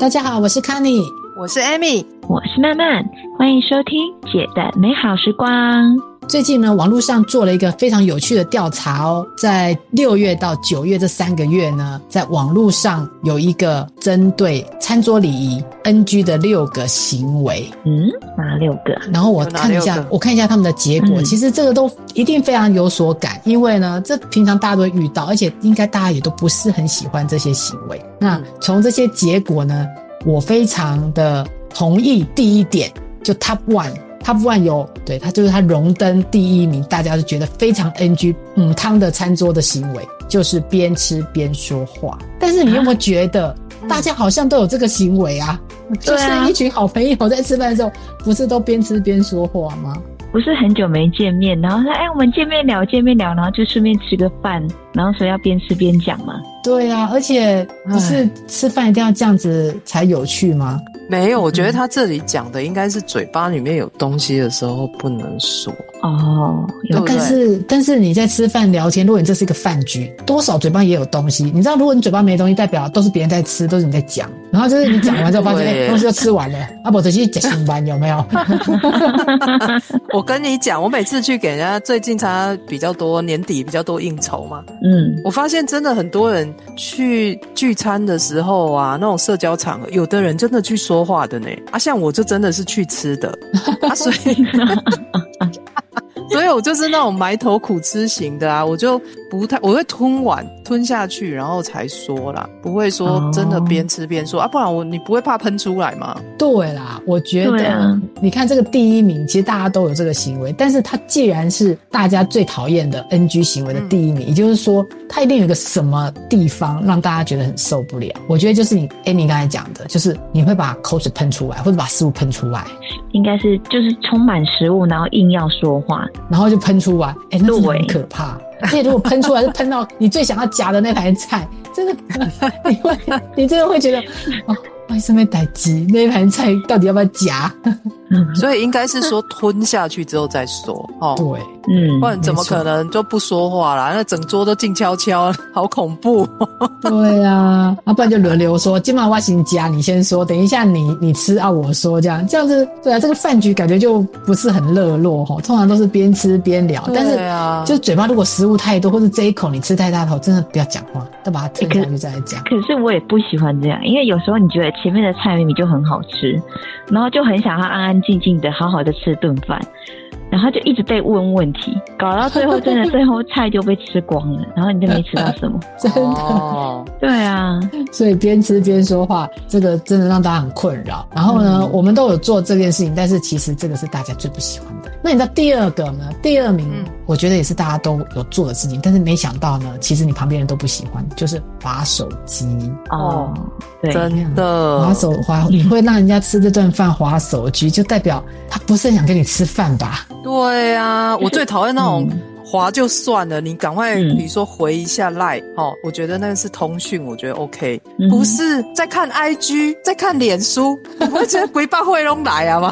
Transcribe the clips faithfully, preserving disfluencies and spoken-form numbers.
大家好，我是 Connie， 我是 Amy， 我是曼曼，欢迎收听姐的美好时光。 最近呢，网络上做了一个非常有趣的调查哦，在六月到九月这三个月呢，在网络上有一个针对餐桌礼仪 N G 的六个行为。 嗯，哪六个？ 然后我看一下，我看一下他们的结果、嗯。其实这个都一定非常有所感，因为呢，这平常大家都会遇到，而且应该大家也都不是很喜欢这些行为。那从这些结果呢，我非常的同意第一点，就 Top One。Top One 有，对，他就是他荣登第一名，大家就觉得非常 N G 母汤的餐桌的行为，就是边吃边说话。但是你有没有觉得，大家好像都有这个行为啊？嗯、就是一群好朋友在吃饭的时候，不是都边吃边说话吗？ 不是很久没见面，然后说，哎，我们见面聊，见面聊，然后就顺便吃个饭，然后说要边吃边讲嘛。 对啊，而且不是吃饭一定要这样子才有趣吗？ 没有，我觉得他这里讲的应该是嘴巴里面有东西的时候不能说哦。 对不对？但是但是你在吃饭聊天，如果你这是一个饭局，多少嘴巴也有东西。你知道，如果你嘴巴没东西，代表都是别人在吃，都是你在讲。然后就是你讲完之后发现，哎、欸，东西都吃完了，啊不，这些讲新班有没有？ 我跟你讲，我每次去给人家，最近参加比较多，年底比较多应酬嘛， 嗯，我发现真的很多人去聚餐的时候啊，那种社交场合，有的人真的去说话的呢，啊，像我就真的是去吃的，啊，所以。所以我就是那种埋头苦吃型的啊，我就不太，我会吞完吞下去，然后才说啦，不会说真的边吃边说、哦、啊，不然我你不会怕喷出来吗？ 对啦，我觉得、啊、你看这个第一名，其实大家都有这个行为，但是他既然是大家最讨厌的 N G 行为的第一名、嗯、也就是说他一定有一个什么地方让大家觉得很受不了。我觉得就是你 Amy 刚才讲的，就是你会把口水喷出来，或者把食物喷出来， 应该是就是充满食物，然后硬要说话， 然后就喷出来，哎、欸，那真的很可怕。而且如果喷出来是喷到你最想要夹的那盘菜，真的，你会，你真的会觉得，哦，为什么会逮鸡？那盘菜到底要不要夹？ 所以应该是说吞下去之后再说，哦， 对， 嗯， 不然怎么可能就不说话啦？那整桌都静悄悄，好恐怖。 对啊，啊，不然就轮流说，今晚我先夹，你先说，等一下你你吃啊，我说这样，这样子，对啊，这个饭局感觉就不是很热络哈，通常都是边吃边聊，但是就是嘴巴如果食物太多，或是这一口你吃太大头，真的不要讲话，都把它吞下去再来讲。 可是我也不喜欢这样，因为有时候你觉得前面的菜明明就很好吃，然后就很想要安安静静的好好的吃顿饭，然后就一直被问问题，搞到最后真的最后菜就被吃光了，然后你就没吃到什么。 真的、 哦、 对啊， 所以边吃边说话，这个真的让大家很困扰。然后呢、嗯、我们都有做这件事情，但是其实这个是大家最不喜欢的。那你知道第二个呢？第二名、嗯、我觉得也是大家都有做的事情，但是没想到呢，其实你旁边人都不喜欢，就是滑手机。 哦，对， 真的滑手滑，你会让人家吃这顿饭滑手机，就代表他不是很想跟你吃饭吧？ 对啊，我最讨厌那种滑就算了，你赶快比如说回一下 LINE、嗯哦、我觉得那个是通讯，我觉得 OK、嗯、不是在看 I G 在看脸书，你不会觉得鬼爸会拢来啊吗？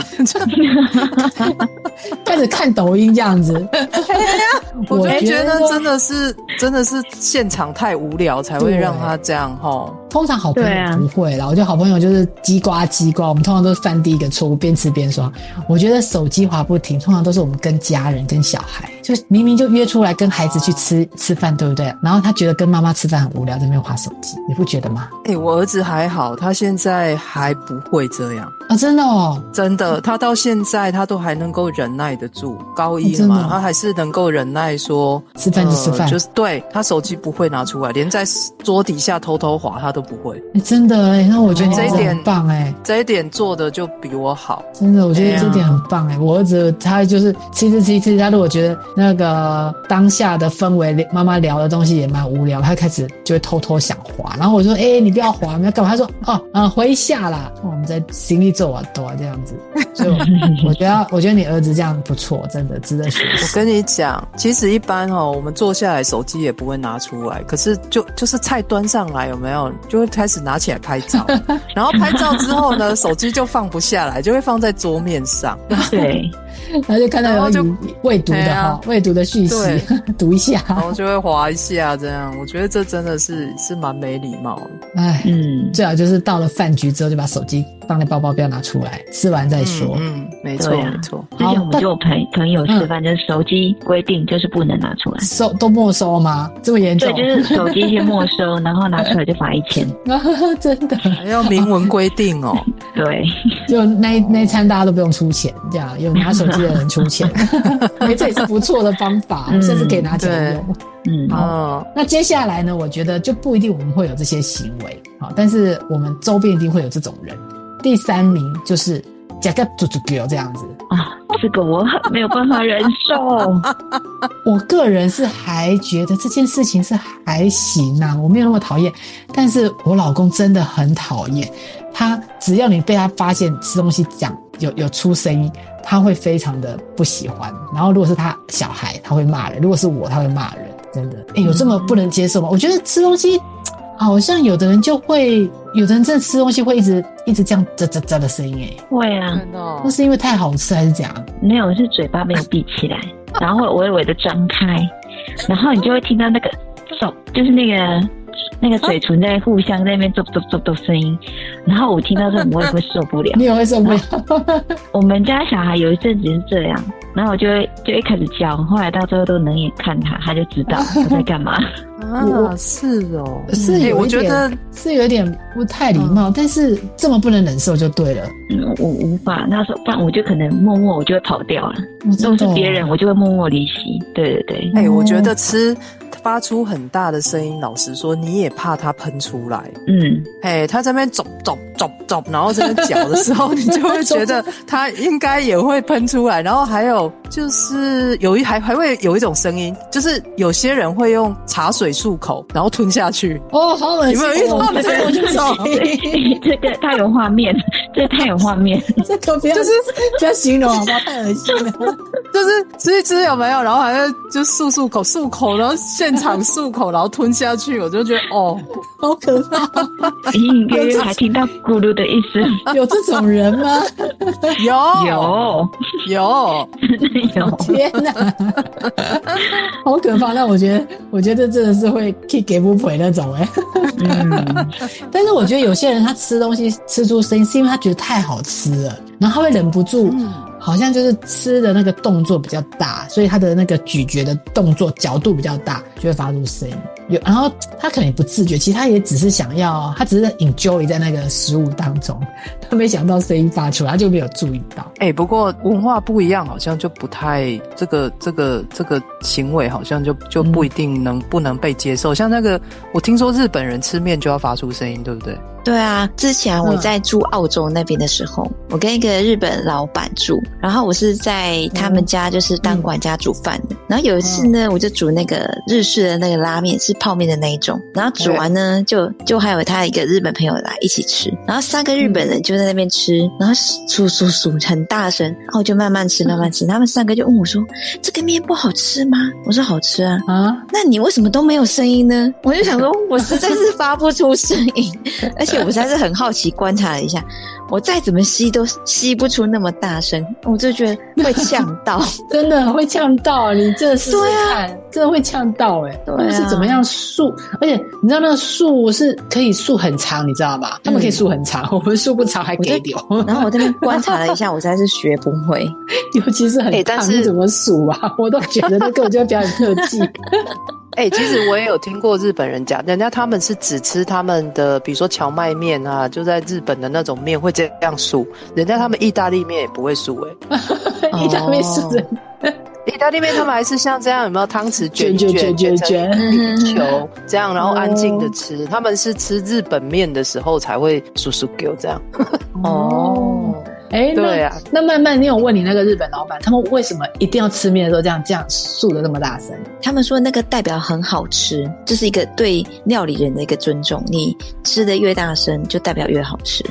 开始看抖音这样子我就觉得真的是真的是现场太无聊才会让他这样齁。 通常好朋友不会啦、啊、我觉得好朋友就是叽呱叽呱，我们通常都是犯第一个错误，边吃边说。我觉得手机滑不停通常都是我们跟家人跟小孩，就明明就约出来跟孩子去吃吃饭，对不对？然后他觉得跟妈妈吃饭很无聊，在那边滑手机，你不觉得吗？ 欸，我儿子还好，他现在还不会这样啊、哦，真的哦， 真的，他到现在他都还能够忍耐得住，高一了嘛、哦、他还是能够忍耐说吃饭就吃饭、呃、 就是对，他手机不会拿出来，连在桌底下偷偷滑他都不会。 欸、真的欸，那我觉得你这一点很棒欸， 这一点做的就比我好， 真的，我觉得这点很棒欸。我儿子他就是吃吃吃吃，他如果觉得那个当下的氛围妈妈聊的东西也蛮无聊，他开始就会偷偷想滑，然后我就说欸，你不要滑，你要干嘛？他说哦呃回一下啦、哦、我们在行李走啊多啊这样子。所以我我觉得我觉得你儿子这样不错，真的值得学习。 我跟你讲，其实一般哦，我们坐下来手机也不会拿出来，可是就就是菜端上来有没有，就会开始拿起来拍照然后拍照之后呢手机就放不下来，就会放在桌面上。 对， 然后就看到有未读的哈，未读的讯息，读一下， 然后就会滑一下这样。我觉得这真的是是蛮没礼貌的。 哎，嗯，最好就是到了饭局之后就把手机放在包包，不要拿出来，吃完再说。 嗯，嗯没错、啊、没错。 之前我们就有朋朋友吃饭，就是手机规定就是不能拿出来， 收都没收吗？这么严重？ 对，就是手机先没收，然后拿出来就罚一千。 真的还要明文规定哦。 对， 就那那一餐大家都不用出钱，这样有拿手机的人出钱，哎，这也是不错的方法，嗯、甚至可以拿起来用。嗯，好、哦。那接下来呢？我觉得就不一定我们会有这些行为，好，但是我们周边一定会有这种人。第三名就是假个猪猪狗这样子啊，这个我很没有办法忍受。 我个人是还觉得这件事情是还行啊，我没有那么讨厌，但是我老公真的很讨厌。他只要你被他发现吃东西讲有有出声音，他会非常的不喜欢。然后如果是他小孩，他会骂人；如果是我，他会骂人。真的，哎，有这么不能接受吗？我觉得吃东西好像有的人就会，有的人真的吃东西会一直一直这样啧啧啧的声音，哎， 会啊， 那是因为太好吃还是怎样？ 没有，是嘴巴没有闭起来，然后会微微的张开，然后你就会听到那个手，就是那个。那个嘴唇在互相在那边啧啧啧的声音，然后我听到这种我也会受不了。 你也会受不了？ 我们家小孩有一阵子是这样，然后我就会就一开始教，后来到最后都冷眼看他，他就知道我在干嘛。 啊，是哦， 是有一点，我觉得是有点不太礼貌，嗯、但是这么不能忍受就对了。 嗯，我无法，那时候不然我就可能默默我就会跑掉了。如果是别人，我就会默默离席。对对对。 哎、欸，我觉得吃发出很大的声音，老实说，你也怕它喷出来。 嗯， 哎、欸，它在那边走走走走，然后在那搅的时候，你就会觉得它应该也会喷出来。然后还有就是有一还还会有一种声音，就是有些人会用茶水漱口，然后吞下去。 哦，好恶心！ 有没有遇到这个？我就走。 这个太有画面，这个太有画面。 这个不要就是不要形容好不好？太恶心了。 就是吃一吃有没有？然后还会就漱漱口，漱口，然后现场漱口，然后吞下去，我就觉得哦， 好可怕！ 隐隐约约还听到咕噜的一声。 有这种人吗？ 有有有， 真的有！ 天哪，好可怕！那我觉得，我觉得真的是会可以给不赔那种哎。嗯，但是我觉得有些人他吃东西吃出声音，是因为他觉得太好吃了，然后他会忍不住。嗯，好像就是吃的那个动作比较大，所以他的那个咀嚼的动作角度比较大，就会发出声音。有，然后他可能也不自觉，其实他也只是想要，他只是 enjoy 在那个食物当中，他没想到声音发出来，他就没有注意到。 哎、欸，不过文化不一样，好像就不太这个这个这个行为，好像就就不一定能、嗯、不能被接受。像那个，我听说日本人吃面就要发出声音，对不对？ 对啊，之前我在住澳洲那边的时候，嗯、我跟一个日本老板住，然后我是在他们家就是当管家煮饭的。嗯、然后有一次呢，我就煮那个日式的那个拉面，是泡面的那一种。然后煮完呢，就就还有他一个日本朋友来一起吃，然后三个日本人就在那边吃，然后簌簌簌很大声，然后我就慢慢吃慢慢吃。他们三个就问我说：“这个面不好吃吗？”我说：“好吃啊。”啊，那你为什么都没有声音呢？我就想说，我实在是发不出声音，而且我实在是很好奇，观察了一下，我再怎么吸都吸不出那么大声，我就觉得会呛到， 真的会呛到。你真的试试看，啊、真的会呛到哎、欸！他们、啊、是怎么样漱？而且你知道那个漱是可以漱很长，你知道吗？他们可以漱很长，嗯、我们漱不长还给丢。 然后我这边观察了一下，我实在是学不会， 尤其是很烫、欸，你怎么漱啊？我都觉得那根本就要表演特技。 哎、欸，其实我也有听过日本人讲，人家他们是只吃他们的，比如说荞麦面啊，就在日本的那种面会这样漱，人家他们意大利面也不会漱哎、 欸，意大利面是真的。 意大利面他们还是像这样，有没有汤匙卷卷卷卷成冰球这样，然后安静的吃。哦、他们是吃日本面的时候才会漱漱给这样。 哦。哎、欸，对啊，那慢慢你有问你那个日本老板，他们为什么一定要吃面的时候这样这样漱的那么大声？ 他们说那个代表很好吃，这是一个对料理人的一个尊重，你吃的越大声就代表越好吃。 哦，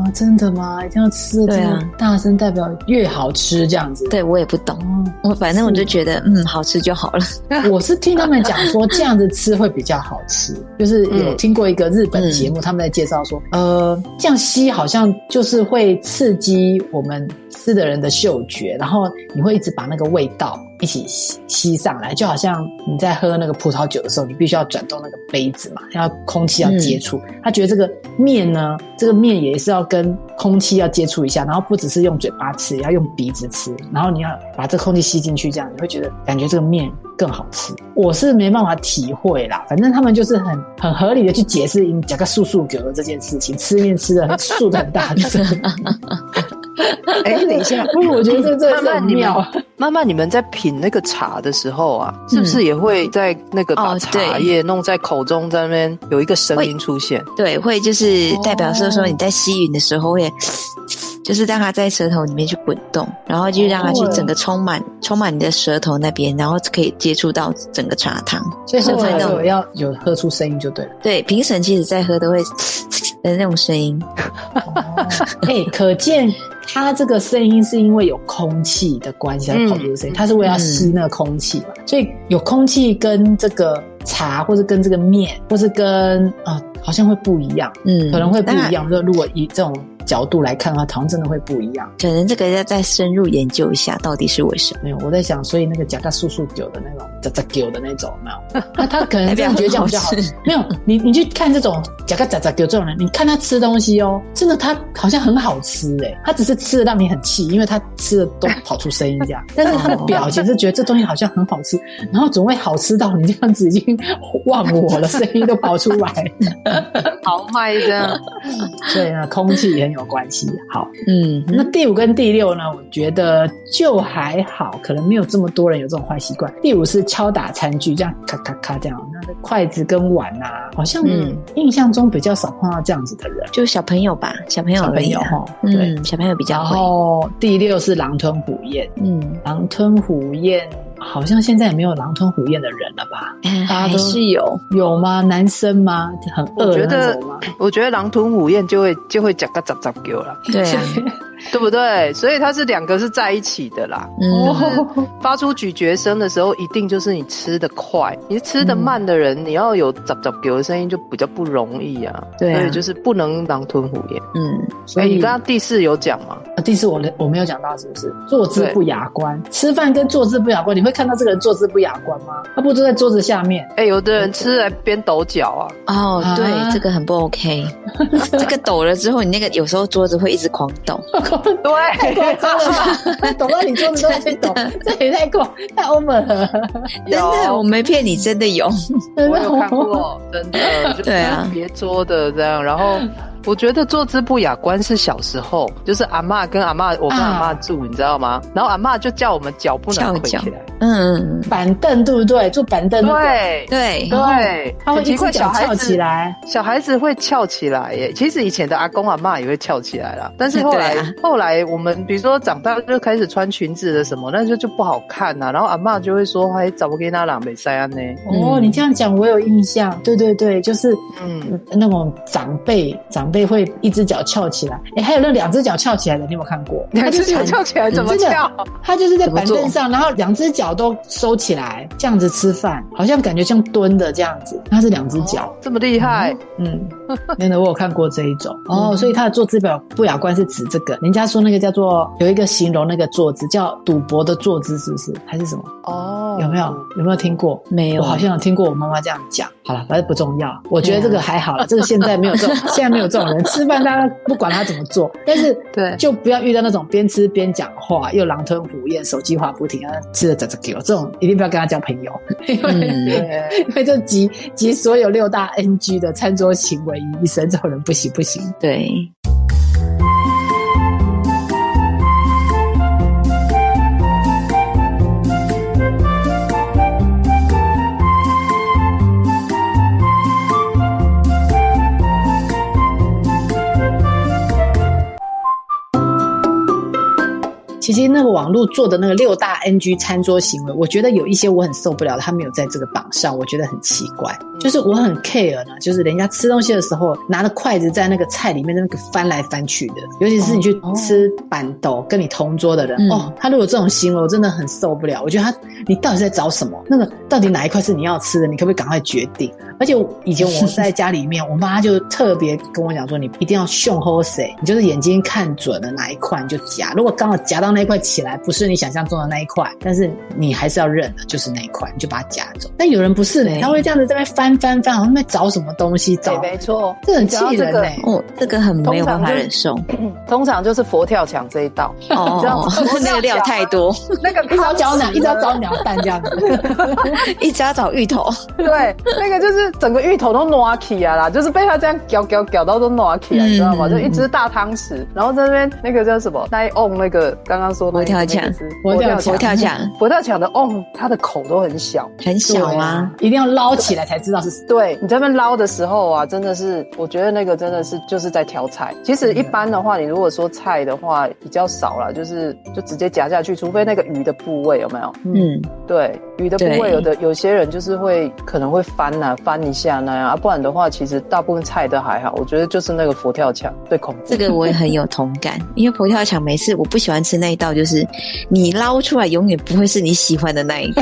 真的吗？一定要吃的这么大声，代表越好吃这样子？ 对，我也不懂，我反正我就觉得嗯，好吃就好了。 我是听他们讲说这样子吃会比较好吃，就是有听过一个日本节目，嗯、他们在介绍说，呃，这样吸好像就是会刺激我们吃的人的嗅觉，然后你会一直把那个味道一起吸吸上来，就好像你在喝那个葡萄酒的时候，你必须要转动那个杯子嘛，要空气要接触。嗯、他觉得这个面呢，这个面也是要跟空气要接触一下，然后不只是用嘴巴吃，也要用鼻子吃，然后你要把这个空气吸进去，这样你会觉得感觉这个面更好吃。我是没办法体会啦，反正他们就是很很合理的去解释你讲个素素狗的这件事情，吃面吃的很素的很大声。 哎、欸，等一下， 不是，我觉得这这很妙。 慢慢你们在品那个茶的时候啊，是不是也会在那个把茶叶弄在口中，在那边有一个声音出现？ 对，会就是代表说说你在吸吮的时候会。就是让它在舌头里面去滚动，然后就让它去整个充满、哦、充满你的舌头那边，然后可以接触到整个茶汤。 所以喝完之后要有喝出声音就对了。 对，评审其实在喝都会的那种声音。 哦，欸，可见它这个声音是因为有空气的关系才跑出声音，嗯、它是为了要吸那个空气嘛，嗯、所以有空气跟这个茶或是跟这个面或是跟啊、呃、好像会不一样，嗯，可能会不一样。就如果以这种角度来看的话，好像真的会不一样。 可能这个要再深入研究一下，到底是为什么？ 没有，我在想，所以那个加个素素酒的那种，加加酒的那种，没有？那他可能这样觉得这样比较好吃。没有，你你去看这种加个加加酒这种人，你看他吃东西哦，真的他好像很好吃诶，他只是吃的让你很气，因为他吃的都跑出声音这样。但是他的表情是觉得这东西好像很好吃，然后总会好吃到你这样子已经忘我了，声音都跑出来， 豪迈这样。 对啊，空气也很有关系。好，嗯，那第五跟第六呢，我觉得就还好，可能没有这么多人有这种坏习惯。第五是敲打餐具，这样咔咔咔这样，那筷子跟碗啊，好像印象中比较少碰到这样子的人， 就小朋友吧，小朋友小朋友哈， 对，嗯，小朋友比较会。 然后第六是狼吞虎咽，嗯，狼吞虎咽。好像现在也没有狼吞虎咽的人了吧？ 嗯、还是有有吗？男生吗？很饿的那种吗？ 我觉得狼吞虎咽就会就会讲个杂杂狗了， 对啊， 对不对？所以它是两个是在一起的啦。嗯，发出咀嚼声的时候，一定就是你吃的快，你吃的慢的人，嗯、你要有杂杂狗的声音就比较不容易啊。 对啊， 所以就是不能狼吞虎咽。 嗯，所以、 欸、你刚刚第四有讲吗？ 啊，第四我我没有讲到，是不是？坐姿不雅观，吃饭跟坐姿不雅观，你会看到这个人坐姿不雅观吗？他不坐在桌子下面？ 哎、欸，有的人吃来边抖脚啊。 哦，对，啊、这个很不 OK。这个抖了之后，你那个有时候桌子会一直狂抖。 对，太夸张了吧？抖到你桌子都会去抖，这也太过太 over 了。 真的，我没骗你，真的有， 我有看过，真的， 对啊， 别桌的这样，然后。我觉得坐姿不雅观是小时候，就是阿嬷跟阿嬷，我跟阿嬷住，啊、你知道吗？然后阿嬷就叫我们脚不能跪起来， 嗯， 板凳对不对？坐板凳， 对对对， 他会一只脚翘起来， 小孩子会翘起来耶。其实以前的阿公阿嬷也会翘起来啦，但是后来、啊、后来我们比如说长大就开始穿裙子的什么，那就就不好看呐、啊。然后阿嬷就会说：“哎，怎么给那两没塞安呢？” 哦，你这样讲我有印象，对对对，就是嗯那种长辈长辈。会一只脚翘起来，哎，还有那两只脚翘起来的，你有没有看过？ 两只脚翘起来怎么翘？ 他就是在板凳上，然后两只脚都收起来，这样子吃饭，好像感觉像蹲的这样子。他是两只脚、 哦，这么厉害？ 嗯，真的，我有看过这一种哦。嗯、所以他的坐姿不雅观是指这个，人家说那个叫做有一个形容那个坐姿叫赌博的坐姿，是不是？还是什么？哦，有没有有没有听过？ 没有， 我好像有听过我妈妈这样讲。好了，反正不重要。我觉得这个还好了，这个现在没有这种，现在没有这种人吃饭，大家不管他怎么做，但是对， 就不要遇到那种边吃边讲话又狼吞虎咽、手机滑不停啊，吃的咋咋给我这种，一定不要跟他交朋友，因为、嗯、因为这集集所有六大 N G 的餐桌行为于一身，这种人不行不行。 对。 其实那个网络做的那个六大 N G 餐桌行为，我觉得有一些我很受不了的，他没有在这个榜上，我觉得很奇怪。就是我很 care 呢，就是人家吃东西的时候拿着筷子在那个菜里面那个翻来翻去的，尤其是你去吃板豆跟你同桌的人、嗯、哦，他如果有这种行为我真的很受不了。我觉得他你到底在找什么？那个到底哪一块是你要吃的，你可不可以赶快决定？而且以前我在家里面我妈就特别跟我讲说，你一定要凶吼谁，你就是眼睛看准了哪一块你就夹，如果刚好夹到那一块起来不是你想象中的那一块，但是你还是要认的就是那一块，你就把它夹走。但有人不是呢，他会这样子在那边翻翻翻，好像在找什么东西找， 没错， 这很气人呢、欸。 哦，这个很没有办法忍受。 通常就是佛跳墙这一道， 哦，那个料太多， 那个一直要找鸟，一直要找鸟蛋这样子， 一直要找芋头。 对，那个就是整个芋头都挪起啊啦，就是被他这样搅搅搅到都挪起来，你知道吗？就一只大汤匙，然后在那边那个叫什么？那一瓮那个刚刚说的佛跳墙， 佛跳佛跳墙， 佛跳墙的瓮，它的口都很小， 很小啊， 一定要捞起来才知道是。 对，你在那边捞的时候啊，真的是，我觉得那个真的是就是在挑菜。其实一般的话，你如果说菜的话比较少啦，就是就直接夹下去，除非那个鱼的部位有没有？ 嗯， 对，鱼的部位有的有些人就是会可能会翻啊翻一下那样啊，不然的话其实大部分菜都还好。我觉得就是那个佛跳墙最恐怖。 这个我也很有同感，因为佛跳墙每次我不喜欢吃那一道，就是你捞出来永远不会是你喜欢的那一个，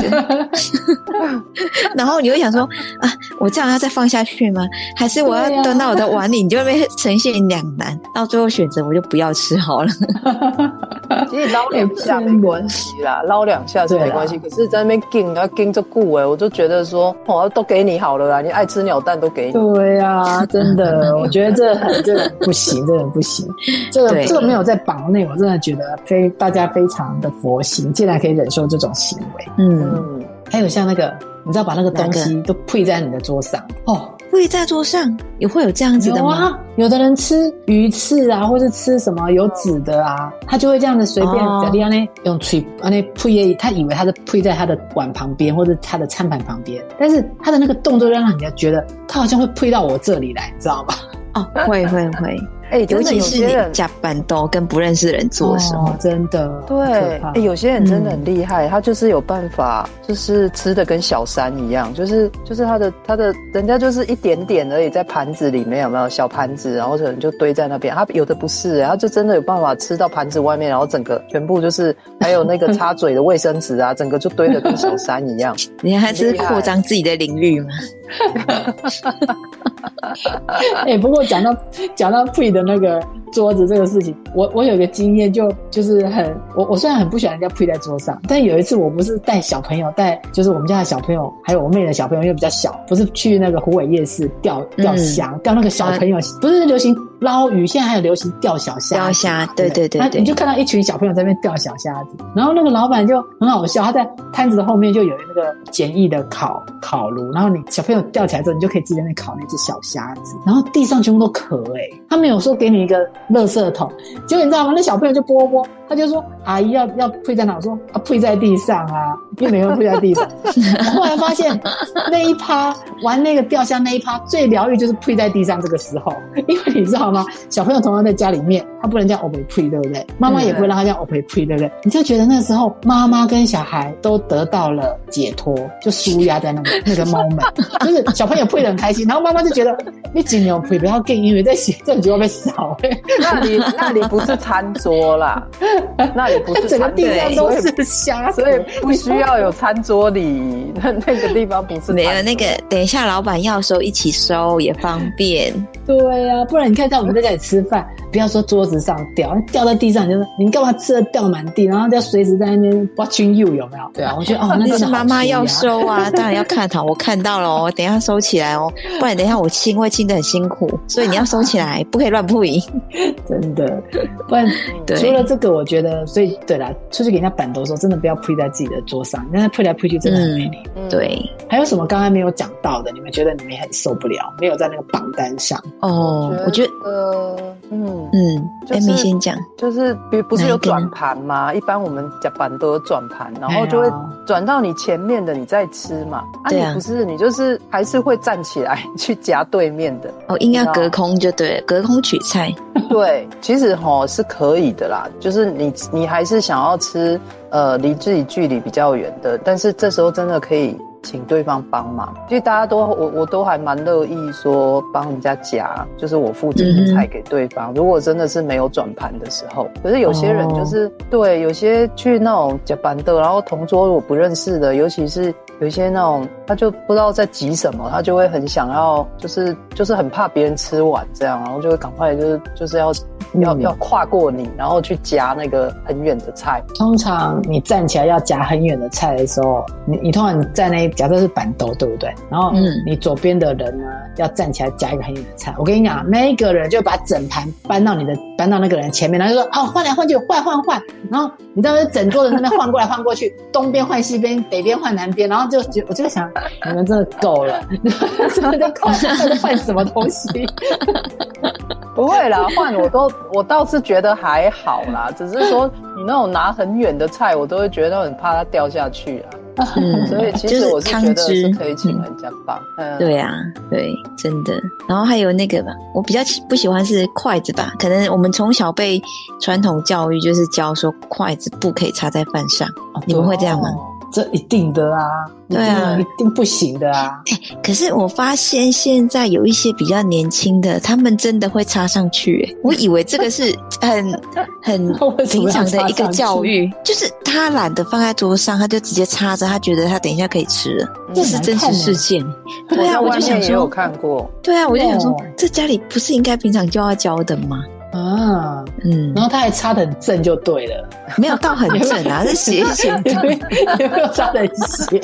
然后你会想说啊，我这样要再放下去吗？还是我要端到我的碗里？你就会被呈现两难，到最后选择我就不要吃好了。 其实捞两下没关系啦，捞两下是没关系。可是在那边盯要盯着顾哎，我就觉得说，哦，都给你好了啦，你爱吃鸟蛋都给你。 对啊，真的，我觉得这很这个不行，这个不行。这个这个没有在榜内，我真的觉得非大家非常的佛心，竟然可以忍受这种行为。嗯，还有像那个，你知道把那个东西都配在你的桌上哦。 会在桌上也会有这样子的吗？ 有啊，有的人吃鱼翅啊，或是吃什么有籽的啊，他就会这样子随便在地上呢用嘴啊那配，他以为他是配在他的碗旁边或者他的餐盘旁边，但是他的那个动作让人家觉得他好像会配到我这里来，你知道吗？ 哦，会会会。欸、尤其是你夹板豆跟不认识的人做的时候、 哦、真的对、欸、有些人真的很厉害、嗯、他就是有办法就是吃的跟小山一样，就是就是他的他的人家就是一点点而已在盘子里面，有没有小盘子，然后可能就堆在那边，他有的不是、欸、他就真的有办法吃到盘子外面，然后整个全部就是还有那个擦嘴的卫生纸啊整个就堆得跟小山一样。 你还是扩张自己的领域吗？ 哎、欸，不过讲到讲到配的那个桌子这个事情，我我有一个经验，就就是很我我虽然很不喜欢人家配在桌上，但有一次我不是带小朋友带，就是我们家的小朋友还有我妹的小朋友，因为比较小，不是去那个虎尾夜市钓钓虾、嗯，钓那个小朋友、啊、不是流行捞鱼，现在还有流行钓小虾， 钓虾，对对对对， 你就看到一群小朋友在那边钓小虾子，然后那个老板就很好笑，他在摊子的后面就有那个简易的烤烤炉，然后你小朋友钓起来之后，你就可以自己在那边烤那只小虾子，然后地上全部都壳哎、欸，他没有说给你一个垃圾桶，结果你知道吗？那小朋友就拨拨，他就说阿姨要要配在哪？我说啊配在地上啊，因为没有配在地上。后来发现那一趴玩那个钓虾那一趴最疗愈就是配在地上这个时候，因为你知道吗？小朋友同样在家里面，他不能这样 open play 对不对？妈妈也不会让他这样 open play 对不对？你就觉得那时候妈妈跟小孩都得到了解脱，就舒压在那个那个 moment， 就是小朋友配得很开心，然后妈妈就觉得你尽量配不要更，因为在写这就会被扫。 那里那里不是餐桌啦，那里不是整个地上都是虾， 所以不需要有餐桌礼。那那个地方不是没有那个，等一下老板要收一起收也方便。 对啊，不然你看在我们在家里吃饭，不要说桌子上掉，掉在地上就是你干嘛吃的掉满地，然后就随时在那边 watching you 有没有？对啊，我觉得哦，那是妈妈要收啊，当然要看好，我看到了哦，等一下收起来哦，不然等一下我清会清得很辛苦，所以你要收起来，不可以乱扑赢。 真的，不然除了这个，我觉得，所以对啦，出去给人家板豆的时候，真的不要配在自己的桌上，因为配来配去真的很没礼貌。 嗯，对。 还有什么刚才没有讲到的？你们觉得你们很受不了，没有在那个榜单上？ 哦，我觉得， 呃，嗯， 嗯嗯， 就是 Amy 先讲， 就是比不是有转盘吗？一般我们夹板都有转盘，然后就会转到你前面的，你再吃嘛。啊， 对啊， 你不是，你就是还是会站起来去夹对面的。 哦，硬要隔空就对了，隔空取菜。 对，其实齁是可以的啦，就是你你还是想要吃呃离自己距离比较远的，但是这时候真的可以请对方帮忙。其实大家都我我都还蛮乐意说帮人家夹，就是我附近的菜给对方。嗯、如果真的是没有转盘的时候，可是有些人就是、哦、对，有些去那种夹板的，然后同桌我不认识的，尤其是有一些那种他就不知道在急什么，他就会很想要，就是就是很怕别人吃完这样，然后就会赶快就是就是要。要要跨过你，然后去夹那个很远的菜。 通常你站起来要夹很远的菜的时候，你你通常你在那假设是板兜，对不对？然后你左边的人呢要站起来夹一个很远的菜。我跟你讲，那一个人就把整盘搬到你的搬到那个人前面，然后就说哦换来换去，换换换，然后你知道整桌人那边换过来换过去，东边换西边，北边换南边，然后就我就想你们真的够了，真的在换在换什么东西？ 不会啦，换我都我倒是觉得还好啦，只是说你那种拿很远的菜，我都会觉得很怕它掉下去啦。嗯，所以其实我是觉得是可以请人家帮。嗯， 对啊，对，真的。然后还有那个吧，我比较不喜欢是筷子吧，可能我们从小被传统教育就是教说筷子不可以插在饭上，哦、你们会这样吗？ 这一定的啊， 对啊， 一定不行的啊。 欸、可是我发现现在有一些比较年轻的，他们真的会插上去、欸。我以为这个是很很平常的一个教育，就是他懒得放在桌上，他就直接插着，他觉得他等一下可以吃了。这、嗯、是真实事件。对啊，我就想说， 也有看过。 对啊，我就想说，这家里不是应该平常就要教的吗？ 啊，嗯，然后他还插得很正就对了， 没有到很正啊，是斜斜的， 有没有插得很斜？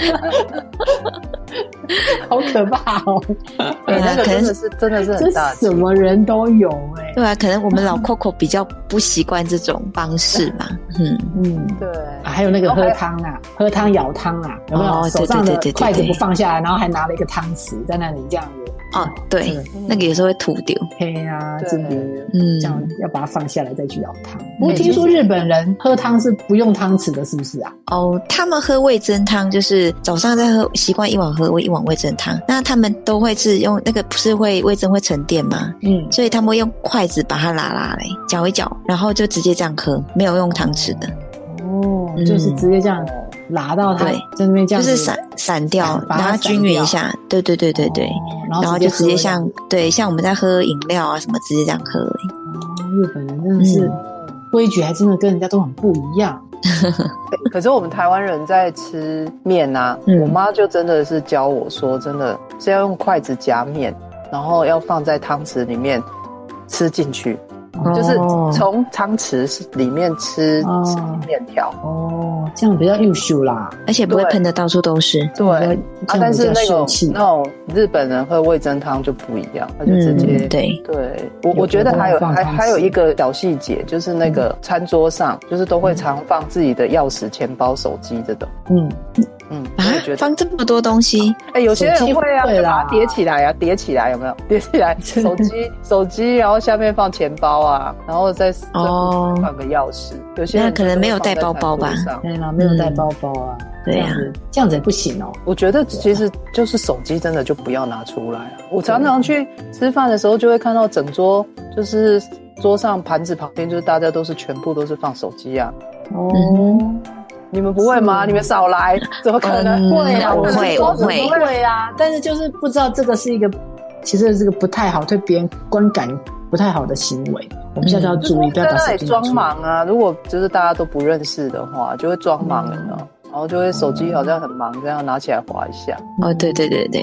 好可怕哦！ 对、欸，那个真的是真的是很大， 这什么人都有哎、欸。 对啊，可能我们老 Coco 比较不习惯这种方式吧。嗯嗯， 对、 啊。还有那个喝汤啊，喝汤舀汤啊，有没有？哦、手上的筷子不放下来，然后还拿了一个汤匙在那里这样子。 哦，对，嗯、那个有时候会吐丢。 嘿啊，这个嗯，这样要把它放下来再去舀汤。不过听说日本人喝汤是不用汤匙的，是不是啊？ 哦，他们喝味噌汤就是早上在喝，习惯一碗喝一碗味噌汤。那他们都会是用那个不是会味噌会沉淀吗？嗯，所以他们会用筷子把它拉拉来搅一搅，然后就直接这样喝，没有用汤匙的。 哦，嗯、就是直接这样。拉到它在那边这样就是散散掉，让它均匀一下。对对对对对，哦、然后就直接像对像我们在喝饮料啊什么，直接这样喝而已。 哦，日本人真的是规矩，还真的跟人家都很不一样。 可是我们台湾人在吃面啊，嗯、我妈就真的是教我说，真的是要用筷子夹面，然后要放在汤匙里面吃进去。就是从汤匙里面吃、哦、吃面条哦，这样比较优秀啦， 而且不会喷的到处都是。 对，啊，但是那种那种日本人喝味噌汤就不一样，他就直接、嗯、 对对。我我觉得还有还还有一个小细节，就是那个餐桌上、嗯、就是都会常放自己的钥匙、钱包、手机这种。嗯嗯啊，放这么多东西， 哎、欸，有些人会啊，会把它叠起来啊，叠起来有没有？叠起来，手机手机，然后下面放钱包啊，然后再哦放个钥匙。有些人可能没有带包包吧？ 对啦，没有带包包啊。嗯、对呀、啊，这样子也不行哦。 我觉得其实就是手机真的就不要拿出来啊。我常常去吃饭的时候，就会看到整桌就是桌上盘子旁边，就是大家都是全部都是放手机啊。哦。嗯，你们不会吗？你们少来，怎么可能、 嗯、会啊？ 我会，我会， 会啊！但是就是不知道这个是一个，其实这个不太好，对别人观感不太好的行为。我们现在要注意，嗯、不要把手机拿出来。 装忙啊！如果就是大家都不认识的话，就会装忙了、嗯，然后就会手机好像很忙，这样拿起来滑一下。 哦，对对对对。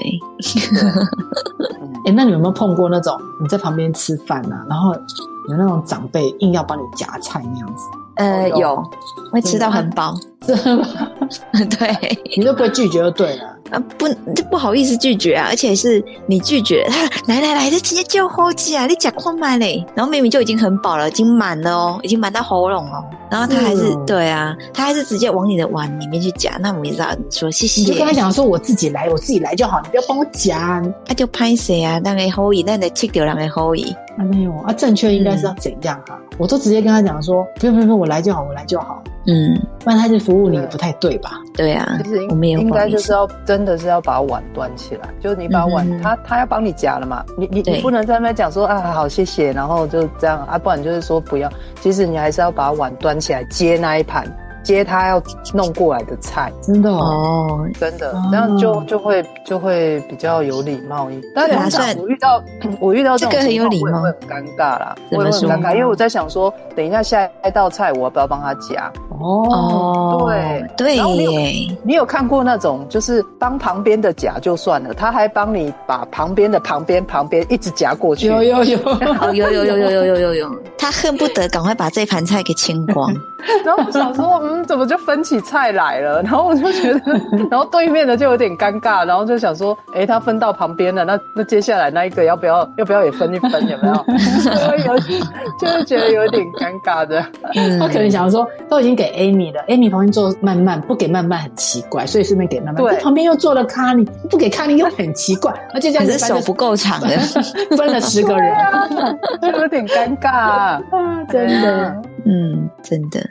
哎、欸，那你有没有碰过那种你在旁边吃饭啊，然后有那种长辈硬要帮你夹菜那样子？ 呃，有，会吃到很饱。 真的吗？ 对， 你都不会拒绝就对了。 啊，不就不好意思拒绝啊，而且是你拒绝他，来来来，就直接叫好吃啊，你吃看买嘞，然后明明就已经很饱了，已经满了哦，已经满到喉咙了，然后他还是、嗯、对啊，他还是直接往你的碗里面去夹，那我们也知道说谢谢， 你就跟他讲说我自己来，我自己来就好，你不要帮我夹， 他、啊、就拍谁啊，那个好意，那个切掉两个好意。 啊没有啊，正确应该是要怎样啊、嗯？我都直接跟他讲说，不用不用不用，我来就好，我来就好。嗯，不然他就服务你不太对吧？ 对啊， 其实我们也应该就是要真的是要把碗端起来，就是你把碗，嗯、他他要帮你夹了嘛，你你你不能在那边讲说啊好谢谢，然后就这样啊，不然就是说不要，其实你还是要把碗端起来接那一盘。接他要弄过来的菜， 真的哦， 真的，这样就就会就会比较有礼貌一点。但通常我遇到我遇到这种情况，我也会很尴尬啦，我也会很尴尬，因为我在想说，等一下下一道菜我要不要帮他夹？ 哦， 对对耶， 你有, 你有看过那种就是帮旁边的夹就算了，他还帮你把旁边的旁边旁边一直夹过去？ 有有有， 哦有有有有有有有有，他恨不得赶快把这盘菜给清光。 然后我想说，嗯，怎么就分起菜来了？然后我就觉得，然后对面的就有点尴尬，然后就想说，哎，他分到旁边了，那那接下来那一个要不要要不要也分一分？有没有？就会有就会觉得有点尴尬的。 嗯、他可能想说，都已经给 Amy 了 ，Amy 旁边坐慢慢，不给慢慢很奇怪，所以顺便给慢慢。对，旁边又坐了卡尼，不给卡尼又很奇怪，而且这样子手不够长的， 分了十个人， 啊、就有点尴尬、啊， 真的， 嗯，真的。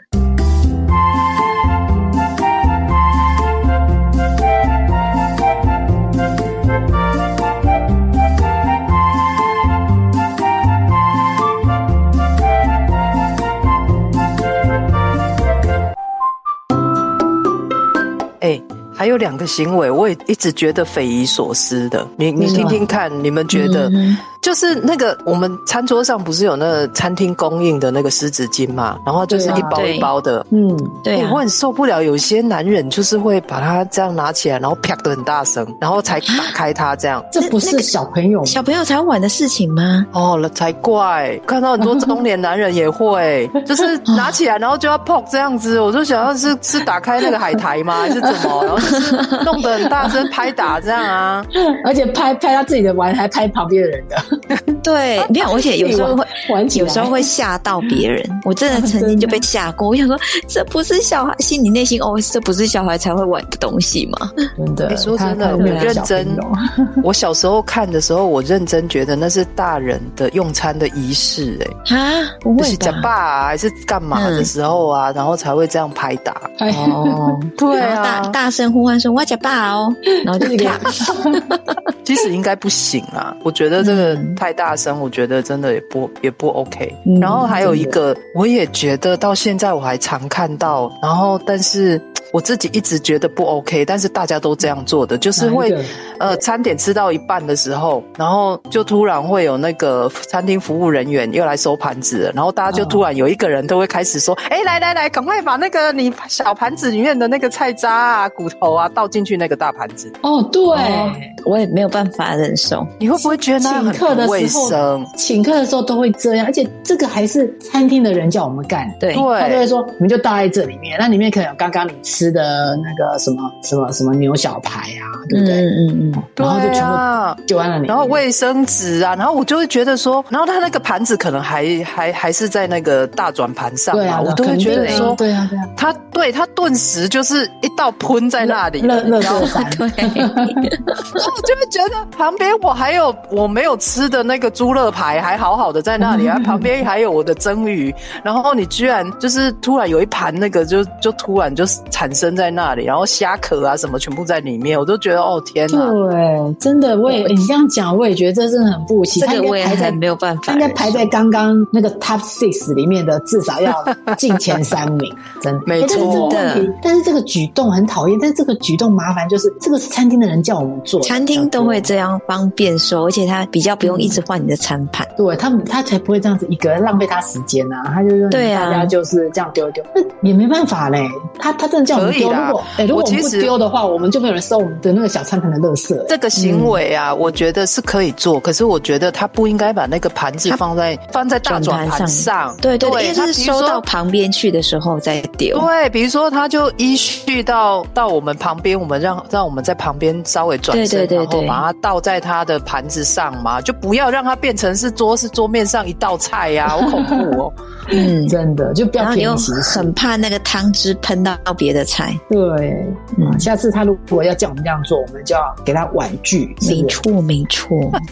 哎，还有两个行为，我也一直觉得匪夷所思的。你你听听看，你们觉得？嗯就是那个我们餐桌上不是有那个餐厅供应的那个湿纸巾嘛，然后就是一包一包的， 嗯， 对、啊欸，我很受不了有些男人就是会把它这样拿起来，然后啪的很大声，然后才打开它这样。 这不是小朋友、那個、 小朋友才玩的事情吗？ 哦，才怪！看到很多中年男人也会，就是拿起来然后就要碰这样子，我就想要是是打开那个海苔吗？还是怎么？然后就是弄得很大声拍打这样啊， 而且拍拍他自己的玩，还拍旁边的人的。 对，没有，而且有时候会，有时候会吓到别人。我真的曾经就被吓过。我想说，这不是小孩，心里内心哦，这不是小孩才会玩的东西吗？ 真的， 你说真的，我认真。我小时候看的时候，我认真觉得那是大人的用餐的仪式、欸，哎， 啊，不会吧？ 就是假爸啊，还是干嘛的时候啊，嗯、然后才会这样拍打。 哦， 对啊， 大大声呼唤说“我假爸哦”，然后就啪。 其实应该不行啊，我觉得这个太大声，我觉得真的也不也不 OK、嗯。然后还有一个，我也觉得到现在我还常看到，然后但是我自己一直觉得不 OK， 但是大家都这样做的，就是会呃餐点吃到一半的时候，然后就突然会有那个餐厅服务人员又来收盘子了，然后大家就突然有一个人都会开始说，哎、哦，来来来，赶快把那个你小盘子里面的那个菜渣啊、骨头啊倒进去那个大盘子。 哦，对。哦， 我也没有办法忍受。 你会不会觉得那很不卫生？ 请客的时候都会这样，而且这个还是餐厅的人叫我们干。 对， 他就会说你们就倒在这里面，那里面可能有刚刚你吃的那个什么什么什么牛小排啊，对不对？ 嗯嗯嗯。 然后就全部丢在那里面， 然后卫生纸啊，然后我就会觉得说，然后他那个盘子可能还还还是在那个大转盘上嘛， 对啊， 我都会觉得说， 对啊对啊， 他对他顿时就是一道喷在那里， 热热热饭， 对。 然后我就会觉得旁边我还有我没有吃的那个猪肋排还好好的在那里啊，旁边还有我的蒸鱼，然后你居然就是突然有一盘那个就就突然就产生在那里，然后虾壳啊什么全部在里面，我都觉得哦天哪！ 对，真的我也你这样讲，我也觉得这真的很不行。 这个我也还没有办法， 应该排在刚刚那个 top six 里面的，至少要进前三名，真的没错的。但是这个举动很讨厌，但是这个举动麻烦就是这个是餐厅的人叫我们做的， 餐厅都会这样方便收，而且他比较不用一直换你的餐盘。 嗯、对他他才不会这样子一个人浪费他时间啊，他就说大家就是这样丢一丢，那也没办法嘞。他他真的叫我们丢，如果哎、欸，如果我们不丢的话，我们就没有人收我们的那个小餐盘的垃圾、欸。 这个行为啊、嗯，我觉得是可以做，可是我觉得他不应该把那个盘子放在放在大转盘上。 对 对, 对，因为是收到旁边去的时候再丢。 对，比如说他就依序到到我们旁边，我们让让我们在旁边稍微转身，对对对对，然后把它倒在他的盘子上嘛，就不要让它变成是桌是桌面上一道菜呀、啊，好恐怖哦。 嗯，真的就不要便宜行事， 很怕那个汤汁喷到别的菜。 对，嗯，下次他如果要叫我们这样做，我们就要给他婉拒。 没错，没错。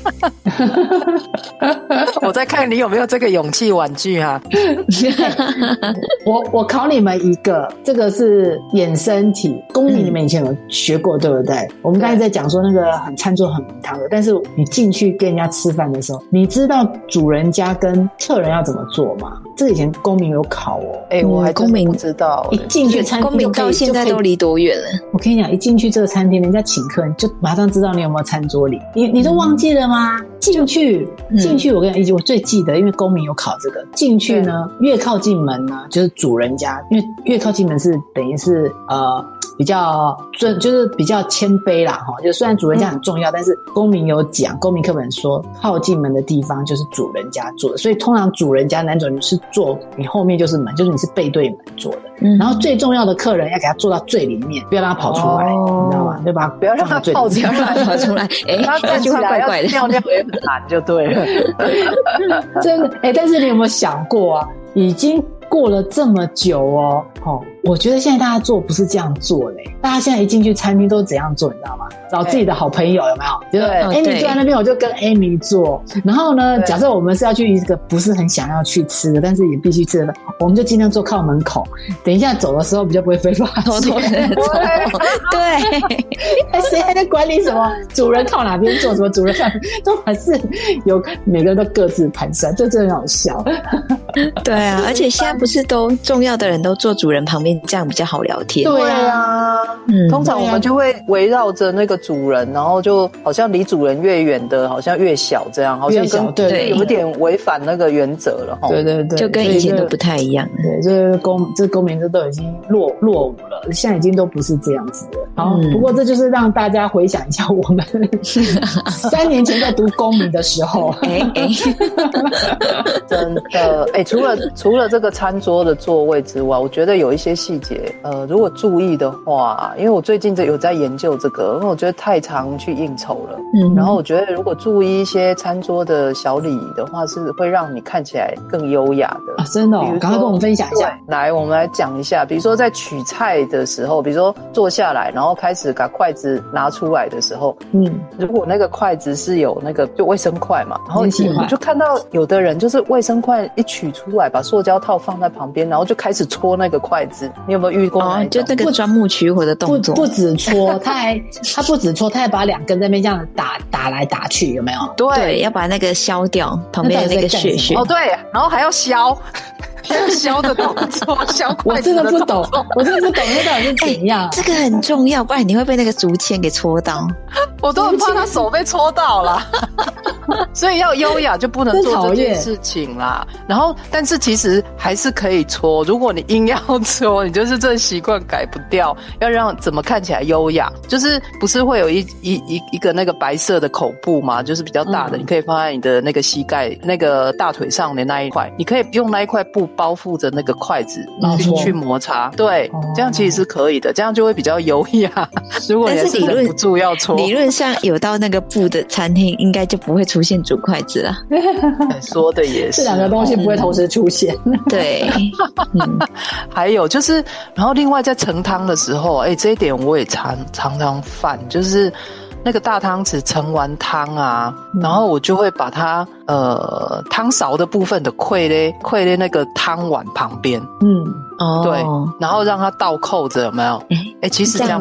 我在看你有没有这个勇气婉拒啊。 我我考你们一个，这个是衍生题，公民你们以前有学过、嗯、对不对？我们刚才在讲说那个很餐桌很汤的，但是你进去跟人家吃饭的时候，你知道主人家跟客人要怎么做吗？这个以前公民有考哦。 哎、欸，我还真不知道、欸。 一进去餐厅， 公民到现在都离多远了？ 我跟你讲，一进去这个餐厅，人家请客，你就马上知道你有没有餐桌礼。你你都忘记了吗？进、嗯、去进去，我跟你讲，我最记得，因为公民有考这个。进去呢，越靠近门呢，就是主人家，因为越靠近门是等于是呃。比较尊，就是比较谦卑啦齁，就虽然主人家很重要、嗯、但是公民有讲，公民课本说靠近门的地方就是主人家坐的，所以通常主人家男主人是坐你后面就是门，就是你是背对门坐的、嗯、然后最重要的客人要给他坐到最里面，不要让他跑出来、哦、你知道吗？对吧？ 不要让他跑出来跑出来诶他站起来要尿尿也很难就对了。 真的诶但是你有没有想过啊，已经过了这么久哦，哦，我觉得现在大家做不是这样做嘞，大家现在一进去餐厅都怎样做，你知道吗？找自己的好朋友有没有？就是 Amy 坐在那边，我就跟 Amy 坐。然后呢，假设我们是要去一个不是很想要去吃的，但是也必须吃的，我们就尽量坐靠门口。等一下走的时候比较不会被发现。 偷偷的走。对。 哎，谁还在管理什么主人靠哪边坐，什么主人靠，都还是有每个人都各自盘算，这真的很好笑。 对啊，而且现在不是都重要的人都坐主人旁边，这样比较好聊天。 对啊，嗯，通常我们就会围绕着那个主人，然后就好像离主人越远的，好像越小这样，好像跟对有点违反那个原则了。 对对对， 就跟以前都不太一样。 对，这公这公民这都已经落落伍了，现在已经都不是这样子了。好，嗯、不过这就是让大家回想一下我们三年前在读公民的时候。哎哎， 真的哎、欸，除了除了这个餐桌的座位之外，我觉得有一些细节，呃，如果注意的话，因为我最近有在研究这个，因为我觉得太常去应酬了，嗯，然后我觉得如果注意一些餐桌的小礼仪的话，是会让你看起来更优雅的啊！真的、哦，赶快跟我们分享一下。 来，我们来讲一下，比如说在取菜的时候，比如说坐下来，然后开始把筷子拿出来的时候，嗯，如果那个筷子是有那个就卫生筷嘛，然后我就看到有的人就是卫生筷一取出来，把塑胶套放在旁边，然后就开始戳那个筷子。你有没有遇过那一种？ 哦，就那个钻木取火的动作。 不, 不止戳，他还他不止戳，他还把两根在那边这样打打来打去，有没有？ 对， 对，要把那个削掉旁边的那个血血。 哦，对，然后还要削。削的动作，削筷子的动作，我真的不懂， 我真的不懂那到底是怎样、 欸。这个很重要，不然你会被那个竹签给戳到。 我都很怕他手被戳到了，所以要优雅就不能做这件事情啦。然后，但是其实还是可以戳。如果你硬要戳，你就是这习惯改不掉。要让怎么看起来优雅，就是不是会有一一一一个那个白色的口布嘛，就是比较大的，嗯、你可以放在你的那个膝盖、那个大腿上的那一块，你可以用那一块布包覆着那个筷子，然后去摩擦。对，哦、这样其实是可以的，这样就会比较优雅。如果你是忍不住要戳， 理论上有到那个布的餐厅，应该就不会出现竹筷子了。 说的也是， 这两个东西不会同时出现。 嗯、对、 嗯，还有就是，然后另外在盛汤的时候，哎，这一点我也常常常犯，就是那个大汤匙盛完汤啊，嗯、然后我就会把它呃汤勺的部分的溃咧溃咧那个汤碗旁边，嗯。哦，对，然后让它倒扣着，有没有？哎、欸，其实这样不好。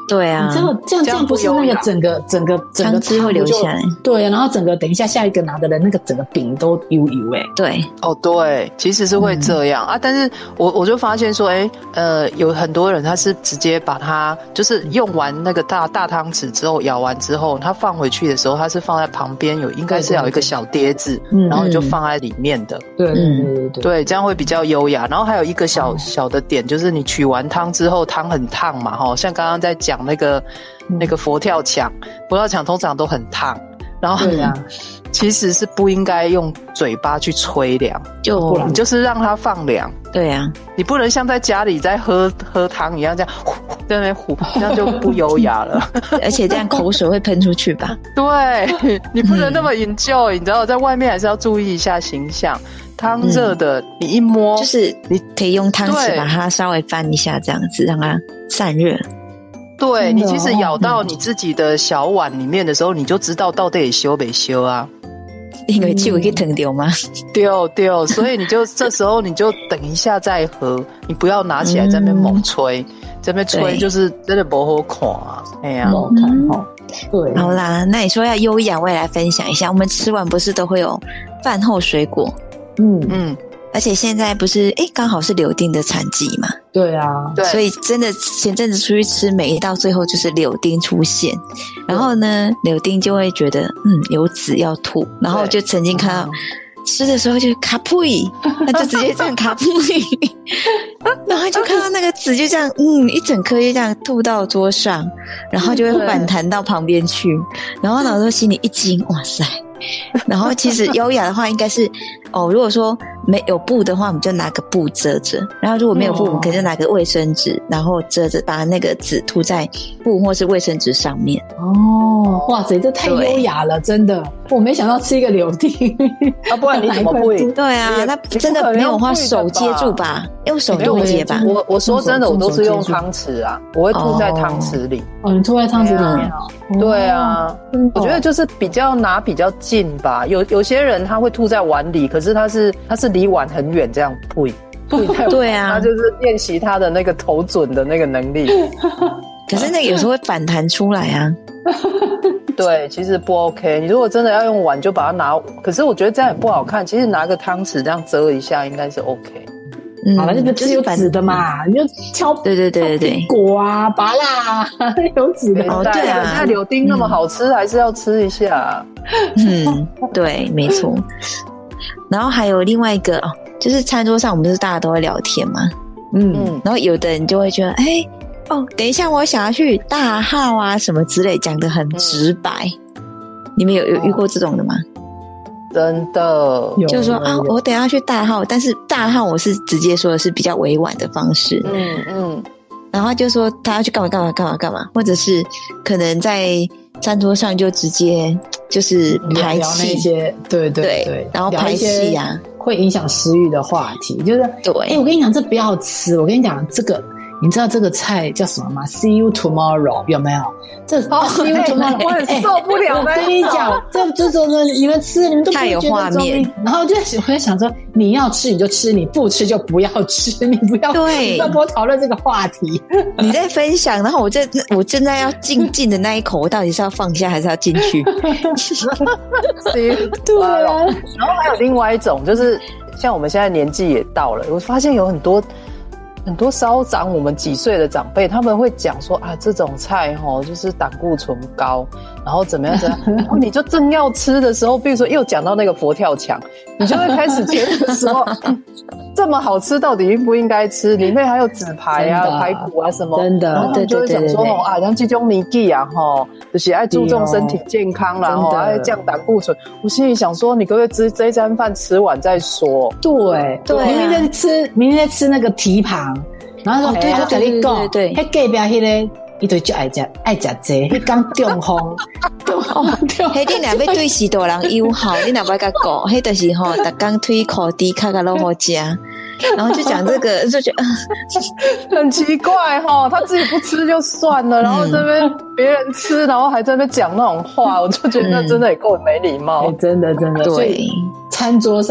对啊， 这样这样这样不是那个整个整个整个汤汁会流下来， 对，然后整个等一下下一个拿的人那个整个饼都油油哎， 对， 哦对，其实是会这样、嗯、啊，但是我我就发现说，哎，呃，有很多人他是直接把它就是用完那个大大汤匙之后舀完之后，他放回去的时候，他是放在旁边有应该是有一个小碟子，嗯、然后你就放在里面的， 对对对对对， 对，这样会比较优雅。然后还有一个小、嗯、小的点就是你取完汤之后，汤很烫嘛，哈，像刚刚在讲那个、嗯、那个佛跳墙，佛跳墙通常都很烫，然后对啊。 其实是不应该用嘴巴去吹凉，就你就是让它放凉。 对啊， 你不能像在家里在喝喝汤一样这样呼呼在那边呼，这样就不优雅了。 而且这样口水会喷出去吧？ 对，你不能那么 enjoy，、嗯、你知道，在外面还是要注意一下形象。汤热的、嗯，你一摸， 就是你可以用汤匙把它稍微翻一下，这样子让它散热。 对，你其实舀到你自己的小碗里面的时候，你就知道到底修没修啊。 因为手会疼掉吗？ 丢丢，所以你就这时候你就等一下再喝，你不要拿起来在那边猛吹，嗯、在那边吹就是真的不好看啊！哎呀， 不好看哦。对， 好啦，那你说要优雅，我也来分享一下。我们吃完不是都会有饭后水果？嗯嗯。而且现在不是哎，刚好是柳丁的产季嘛？ 对啊， 对， 所以真的前阵子出去吃，每一道最后就是柳丁出现，然后呢，柳丁就会觉得嗯有籽要吐，然后就曾经看到吃的时候就卡呸，那就直接这样卡呸，然后就看到那个籽就这样嗯一整颗就这样吐到桌上，然后就会反弹到旁边去，然后脑子心里一惊，哇塞！然后其实优雅的话应该是哦，如果说没有布的话，我们就拿个布遮着，然后如果没有布，我们可能就拿个卫生纸，然后遮着，把那个纸涂在布或是卫生纸上面。 哦，哇塞，这太优雅了，真的！我没想到吃一个柳丁， 啊，不然你怎么会？ 对啊，那真的没有话手接住吧，用手就会接吧。 我我说真的，我都是用汤匙啊，我会吐在汤匙里。 哦，你吐在汤匙里面哦？ 对啊，我觉得就是比较拿比较近吧。有有些人他会吐在碗里，可是他是他是离碗很远这样吐，吐在碗， 对啊， 他就是练习他的那个投准的那个能力。 可是那个有时候会反弹出来啊。 对，其实不 OK。你如果真的要用碗，就把它拿。可是我觉得这样也不好看。其实拿个汤匙这样遮一下，应该是 OK。 嗯，好了，这个就是有籽的嘛，你就敲， 对对对对对， 苹果啊、芭乐啊，有籽的。 哦，对啊， 那柳丁那么好吃，嗯、还是要吃一下。 嗯，对，没错。然后还有另外一个哦，就是餐桌上我们是大家都会聊天嘛，嗯，然后有的人就会觉得，哎。哦，等一下，我想要去大号啊，什么之类，讲得很直白。嗯、你们有有遇过这种的吗？ 真的， 就是说啊，我等一下去大号，但是大号我是直接说的是比较委婉的方式。嗯嗯，然后就说他要去干嘛干嘛干嘛干嘛，或者是可能在餐桌上就直接就是排气那些，对对 对, 对， 然后排气啊， 会影响食欲的话题，就是对。 哎、欸，我跟你讲，这不要吃。我跟你讲，这个。你知道这个菜叫什么吗 ？See you tomorrow 有没有？这、oh, See you tomorrow， 我很受不了。 我跟你讲，这这种的你们吃，你们都不会觉得太有画面。 然后就我在想说，你要吃你就吃，你不吃就不要吃，你不要对， 不要跟我讨论这个话题。 你在分享，然后我在我正在要进进的那一口，我到底是要放下还是要进去？ 对啊。然后还有另外一种，就是像我们现在年纪也到了，我发现有很多。很多稍长我们几岁的长辈，他们会讲说啊，这种菜齁就是胆固醇高，然后怎么样怎么样，然后你就正要吃的时候，比如说又讲到那个佛跳墙，你就会开始觉得说，嗯、这么好吃，到底应不应该吃？里面还有纸排啊、排骨啊什么， 真的， 然后你就会想说哦啊，像这种年纪啊，齁，就是爱注重身体健康啦，齁，爱降胆固醇。我心里想说，你可不可以吃这一餐饭吃完再说？ 对对，明明在吃，明明在吃那个蹄膀。然后说，对对对对对，迄隔壁迄个，伊就就爱食爱食这，迄讲中风，中风， 迄你若要对许多人友好，你若不要甲讲，迄就是吼，逐工推裤底卡卡拢好食，然后就讲这个，就觉得很奇怪哈，他自己不吃就算了，然后这边别人吃，然后还在那边讲那种话，我就觉得真的也够没礼貌， 真的真的，对。餐桌上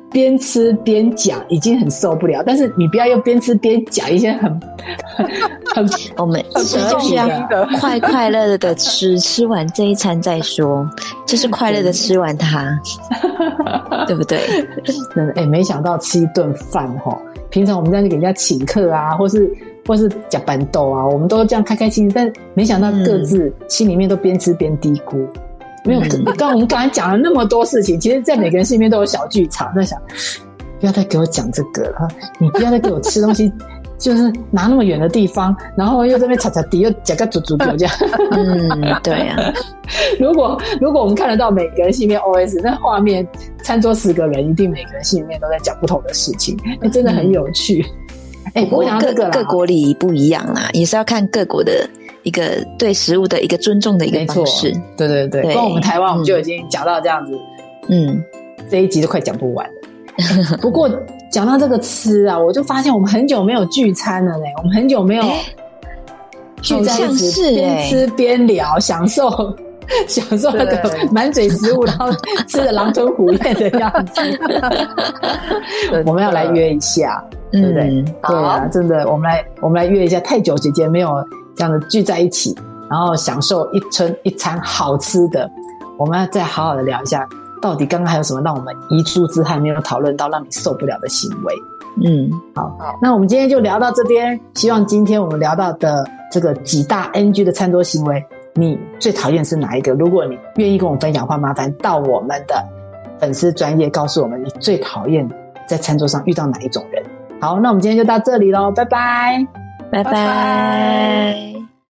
边吃边讲已经很受不了，但是你不要又边吃边讲一些很很很我们就是要快快乐乐的吃，吃完这一餐再说，就是快乐的吃完它，对不对？ 真的，哎、欸，没想到吃一顿饭齁，平常我们在那给人家请客啊，或是或是夹板豆啊，我们都这样开开心心，但没想到各自心里面都边吃边嘀咕。没有，刚我们刚才讲了那么多事情，其实在每个人心里面都有小剧场，在想不要再给我讲这个了，你不要再给我吃东西，就是拿那么远的地方，然后又在那边炒炒底，又夹个煮煮酒这样。 嗯，对啊。 如果如果我们看得到每个人心里面 O S， 那画面餐桌十个人，一定每个人心里面都在讲不同的事情，那真的很有趣。哎、嗯，我想这个啦， 各国礼仪不一样啦，也是要看各国的一个对食物的一个尊重的一个方式。 对对对，光我们台湾我们就已经讲到这样子，嗯，这一集都快讲不完了。不过讲到这个吃啊，我就发现我们很久没有聚餐了呢，我们很久没有聚在一起边吃边聊，享受享受那个满嘴食物，然后吃的狼吞虎咽的样子。我们要来约一下，对不对？嗯、对啊，真的，我们来我们来约一下。太久姐姐没有这样的聚在一起，然后享受一餐一餐好吃的，我们要再好好的聊一下，到底刚刚还有什么让我们遗珠之憾没有讨论到，让你受不了的行为。嗯，好，那我们今天就聊到这边。希望今天我们聊到的这个几大 N G 的餐桌行为，你最讨厌是哪一个？如果你愿意跟我们分享的话，麻烦到我们的粉丝专页告诉我们你最讨厌在餐桌上遇到哪一种人。好，那我们今天就到这里咯，拜拜， 拜拜。